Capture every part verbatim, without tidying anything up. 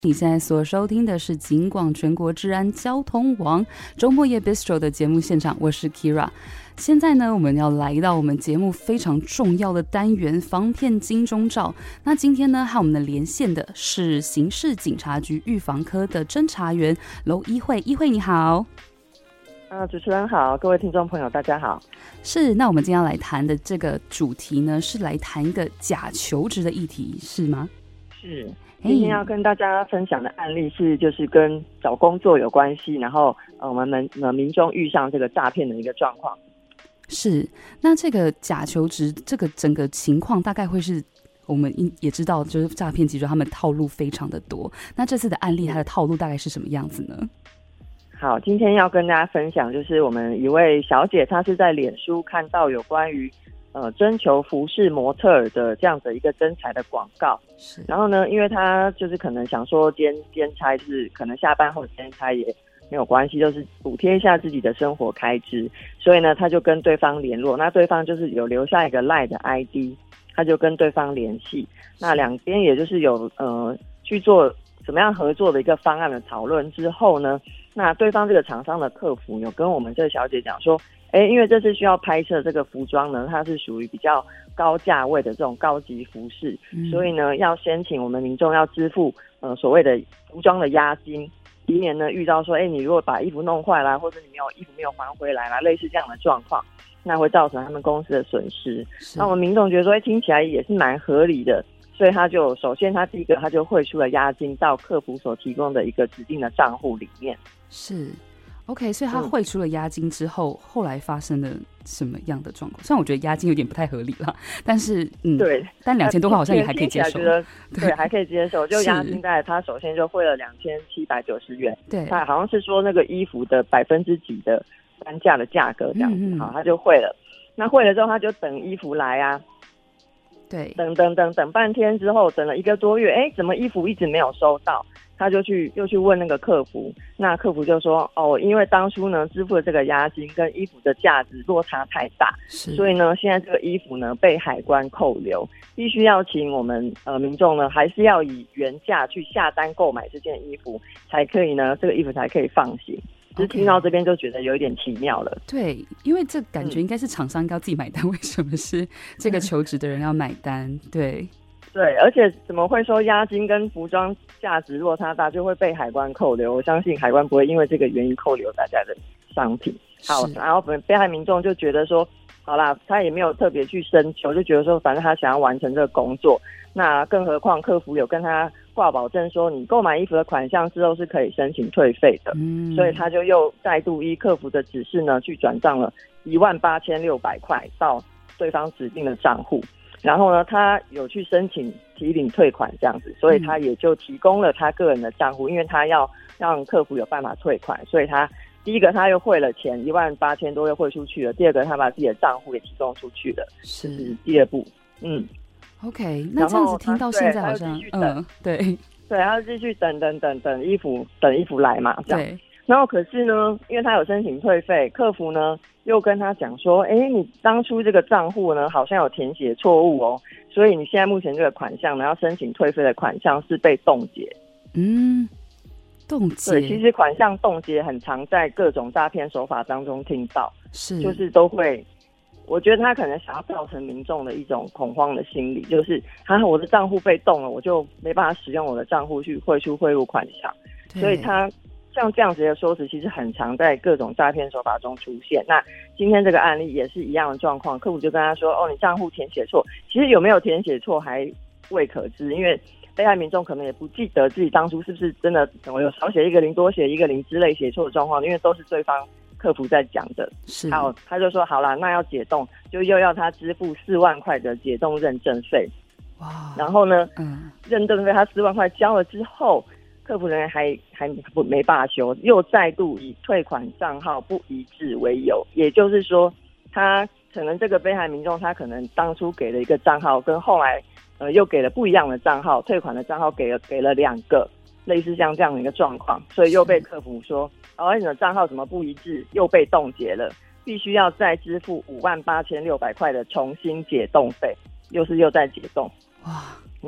你现在所收听的是警广全国治安交通网周末夜 Bistro 的节目现场，我是 Kira。 现在呢，我们要来到我们节目非常重要的单元防骗金钟罩。那今天呢，和我们的连线的是刑事警察局预防科的侦查员娄依慧。依慧你好。 啊，主持人好，各位听众朋友大家好。 是，那我们今天要来谈的这个主题呢，是来谈一个假求职的议题，是吗？ 是，今天要跟大家分享的案例是，就是跟找工作有关系，然后呃，我们民呃民众遇上这个诈骗的一个状况。 是，那这个假求职这个整个情况大概会是，我们也知道，就是诈骗集团他们套路非常的多。那这次的案例，它的套路大概是什么样子呢？ 好，今天要跟大家分享，就是我们一位小姐，她是在脸书看到有关于呃征求服饰模特儿的这样的一个征才的广告。是，然后呢，因为她就是可能想说兼兼差，就是可能下班后兼差也没有关系，就是补贴一下自己的生活开支，所以呢，他就跟对方联络，那对方就是有留下一个 LINE 的 I D， 他就跟对方联系，那两边也就是有呃去做怎么样合作的一个方案的讨论之后呢，那对方这个厂商的客服有跟我们这个小姐讲说，哎，因为这次需要拍摄这个服装呢，它是属于比较高价位的这种高级服饰，嗯、所以呢，要先请我们民众要支付呃所谓的服装的押金，以免呢遇到说，哎，你如果把衣服弄坏啦，或者你没有衣服没有还回来啦，类似这样的状况，那会造成他们公司的损失。那我们民众觉得说，哎，听起来也是蛮合理的。所以他就首先他第一个他就汇出了押金到客服所提供的一个指定的账户里面。 是 OK， 所以他汇出了押金之后、嗯、后来发生了什么样的状况？虽然我觉得押金有点不太合理了，但是嗯，对，但两千多块好像也还可以接受， 觉得 对, 对还可以接受。就押金在他首先就汇了两千七百九十元，对，他好像是说那个衣服的百分之几的单价的价格这样子，嗯嗯好，他就汇了。那汇了之后，他就等衣服来啊。对，等等等等半天之后，等了一个多月，哎，怎么衣服一直没有收到？他就去又去问那个客服，那客服就说，哦，因为当初呢支付的这个押金跟衣服的价值落差太大，所以呢现在这个衣服呢被海关扣留，必须要请我们呃民众呢还是要以原价去下单购买这件衣服，才可以呢这个衣服才可以放行。就是听到这边就觉得有一点奇妙了。 对，因为这感觉应该是厂商应该自己买单、嗯、为什么是这个求职的人要买单？对对，而且怎么会说押金跟服装价值落差大就会被海关扣留？我相信海关不会因为这个原因扣留大家的商品。好，然后被害民众就觉得说，好啦，他也没有特别去申求，就觉得说反正他想要完成这个工作，那更何况客服有跟他挂保证说，你购买衣服的款项之后是可以申请退费的，嗯，所以他就又再度依客服的指示呢，去转账了一万八千六百块到对方指定的账户，然后呢，他有去申请提领退款这样子，所以他也就提供了他个人的账户，因为他要让客服有办法退款，所以他第一个他又汇了钱一万八千多又汇出去了，第二个他把自己的账户也提供出去了，是第二步，嗯。 OK， 那这样子听到现在好像，嗯，对， 对，他就继续等等等等衣服，等衣服来嘛，这样。然后可是呢，因为他有申请退费，客服呢又跟他讲说，哎，你当初这个账户呢好像有填写错误哦，所以你现在目前这个款项呢要申请退费的款项是被冻结。 嗯，冻结。 对，其实款项冻结很常在各种诈骗手法当中听到，是，就是都会。我觉得他可能想要造成民众的一种恐慌的心理，就是啊，我的账户被冻了，我就没办法使用我的账户去汇出汇入款项，所以他像这样子的说辞，其实很常在各种诈骗手法中出现。那今天这个案例也是一样的状况，客服就跟他说，哦，你账户填写错，其实有没有填写错还未可知，因为被害民众可能也不记得自己当初是不是真的我有少写一个零多写一个零之类写错的状况，因为都是对方客服在讲的。是，好，他就说好啦，那要解冻，就又要他支付四万块的解冻认证费。哇！然后呢，嗯，认证费他四万块交了之后，客服人员还还不没罢休，又再度以退款账号不一致为由，也就是说，他可能这个被害民众他可能当初给了一个账号，跟后来呃又给了不一样的账号，退款的账号给了给了两个。类似像这样的一个状况，所以又被客服说，哦，你的账号怎么不一致，又被冻结了，必须要再支付五万八千六百块的重新解冻费，又是又在解冻。哇！那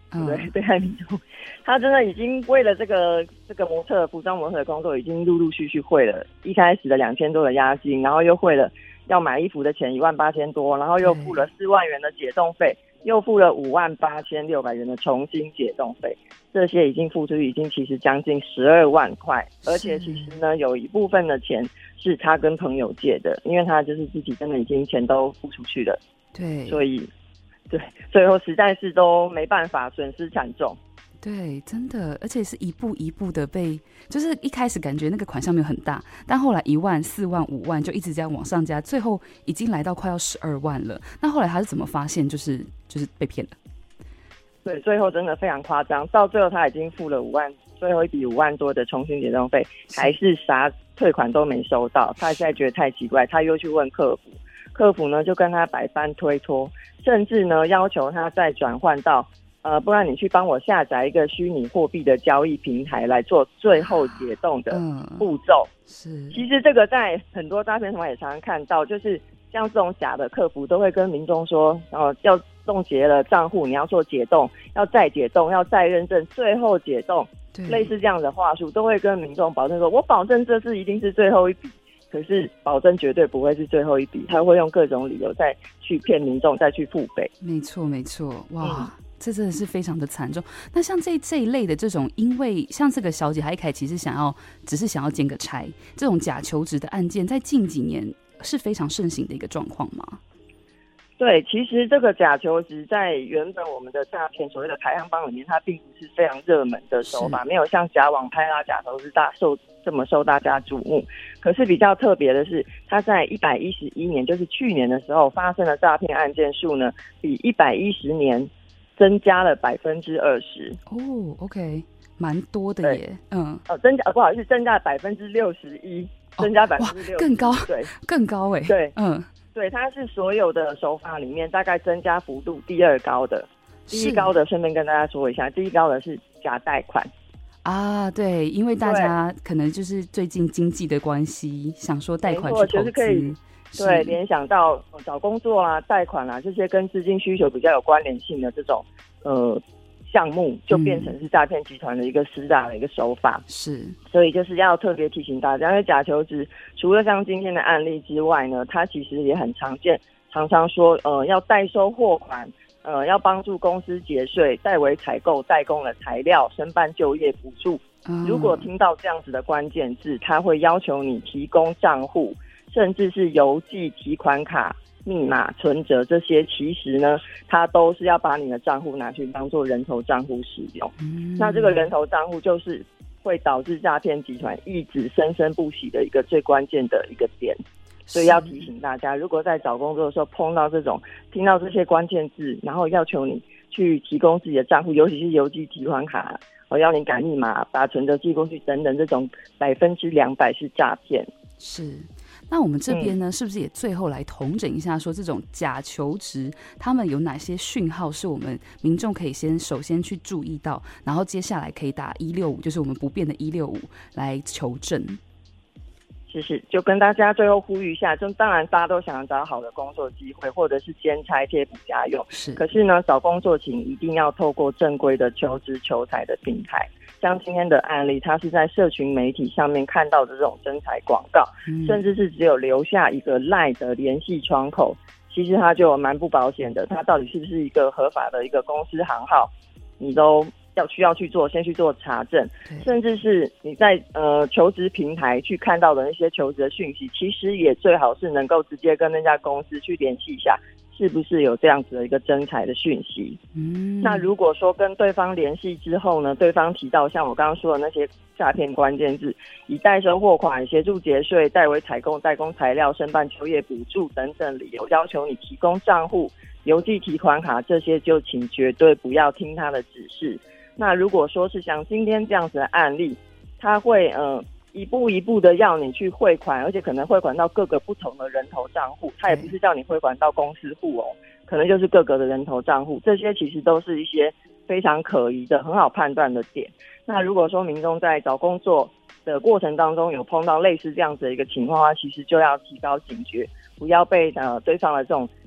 对不对？被害民众，他真的已经为了这个这个模特服装模特的工作，已经陆陆续续汇了一开始的两千多的押金，然后又汇了要买衣服的钱一万八千多，然后又付了四万元的解冻费，又付了五万八千六百元的重新解冻费，这些已经付出已经其实将近十二万块，而且其实呢有一部分的钱是他跟朋友借的，因为他就是自己真的已经钱都付出去了， 对， 所以对最后实在是都没办法，损失惨重。 对，真的，而且是一步一步的被，就是一开始感觉那个款项没有很大，但后来一万、四万、五万就一直这样往上加，最后已经来到快要十二万了。那后来他是怎么发现就是就是被骗了？ 对，最后真的非常夸张，到最后他已经付了五万，最后一笔五万多的重新解冻费，还是啥退款都没收到。他现在觉得太奇怪，他又去问客服，客服呢就跟他百般推脱，甚至呢要求他再转换到。呃，不然你去帮我下载一个虚拟货币的交易平台来做最后解冻的步骤。嗯、是，其实这个在很多诈骗手法也常常看到，就是像这种假的客服都会跟民众说，然后要冻结了账户，你要做解冻，要再解冻，要再认证，最后解冻，类似这样的话术，都会跟民众保证说，我保证这次一定是最后一笔。可是保证绝对不会是最后一笔，他会用各种理由再去骗民众，再去付费。 没错，没错，哇。嗯，这真的是非常的惨重。那像这这一类的这种，因为像这个小姐她一开始其实想要只是想要兼个差，这种假求职的案件在近几年是非常盛行的一个状况吗？ 对，其实这个假求职在原本我们的诈骗所谓的排行榜里面，它并不是非常热门的手法，没有像假网拍啦、假投资大受这么受大家瞩目。可是比较特别的是，它在一百一十一年，就是去年的时候发生的诈骗案件数呢，比一百一十年增加了百分之二十。 哦 ，OK， 蛮多的耶。嗯， 哦，增加不好意思，增加了百分之六十一，增加百分之六， 更高， 对， 更高哎。 对， 嗯。 对，它是所有的手法里面大概增加幅度第二高的，第一高的顺便跟大家说一下，第一高的是假贷款啊，对，因为大家可能就是最近经济的关系，想说贷款去投资， 就是可以对联想到找工作啊、贷款啊这些跟资金需求比较有关联性的这种呃项目，就变成是诈骗集团的一个施诈的一个手法。是，所以就是要特别提醒大家，因为假求职除了像今天的案例之外呢，它其实也很常见，常常说呃要代收货款，呃要帮助公司节税，代为采购代工的材料，申办就业补助。嗯、如果听到这样子的关键字，他会要求你提供账户，甚至是邮寄提款卡、密码、存折这些，其实呢，它都是要把你的账户拿去当做人头账户使用。嗯、那这个人头账户就是会导致诈骗集团一直生生不息的一个最关键的一个点。所以要提醒大家，如果在找工作的时候碰到这种听到这些关键字，然后要求你去提供自己的账户，尤其是邮寄提款卡，我要你改密码、把存折寄过去等等，这种百分之两百是诈骗。 是。那我们这边呢、嗯、是不是也最后来统整一下，说这种假求职他们有哪些讯号是我们民众可以先首先去注意到，然后接下来可以打一六五，就是我们不变的一六五来求证。 是是，就跟大家最后呼吁一下，就当然大家都想找好的工作机会，或者是兼差贴补家用。是，可是呢，找工作请一定要透过正规的求职求财的平台。像今天的案例，他是在社群媒体上面看到的这种征才广告，嗯、甚至是只有留下一个 LINE 的联系窗口，其实他就蛮不保险的。他到底是不是一个合法的一个公司行号，你都要需要去做，先去做查证，甚至是你在呃求职平台去看到的那些求职的讯息，其实也最好是能够直接跟那家公司去联系一下，是不是有这样子的一个征才的讯息。嗯，那如果说跟对方联系之后呢，对方提到像我刚刚说的那些诈骗关键字，以代收货款、协助节税、代为采购代工材料、申办就业补助等等理由，要求你提供账户、邮寄提款卡，这些就请绝对不要听他的指示。那如果说是像今天这样子的案例，他会呃一步一步的要你去汇款，而且可能汇款到各个不同的人头账户，他也不是叫你汇款到公司户哦，可能就是各个的人头账户，这些其实都是一些非常可疑的、很好判断的点。那如果说民众在找工作的过程当中有碰到类似这样子的一个情况的话，其实就要提高警觉，不要被呃对方的这种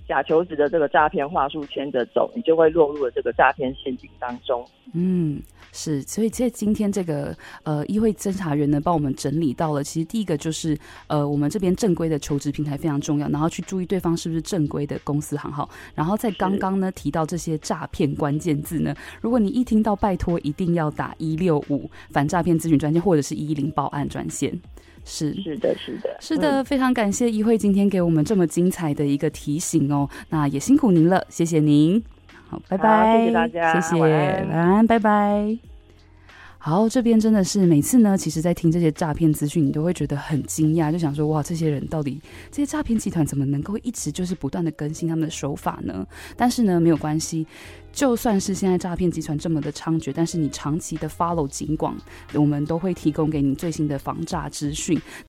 假求职的这个诈骗话术牵着走，你就会落入了这个诈骗陷阱当中。 嗯，是，所以在今天这个呃议会侦查员呢帮我们整理到了，其实第一个就是呃我们这边正规的求职平台非常重要，然后去注意对方是不是正规的公司行号，然后在刚刚呢提到这些诈骗关键字呢，如果你一听到拜托一定要打一六五反诈骗咨询专线或者是一一零报案专线。是是的是的是的、嗯、非常感谢议会今天给我们这么精彩的一个提醒哦，那也辛苦您了，谢谢您。好，拜拜， 谢谢大家， 谢谢，晚安，晚安，拜拜。好，这边真的是每次呢，其实在听这些诈骗资讯，你都会觉得很惊讶，就想说哇，这些人到底这些诈骗集团怎么能够一直就是不断的更新他们的手法呢？但是呢，没有关系。就算是现在诈骗集团这么的猖獗，但是你长期的 follow 警广，我们都会提供给你最新的防诈资讯。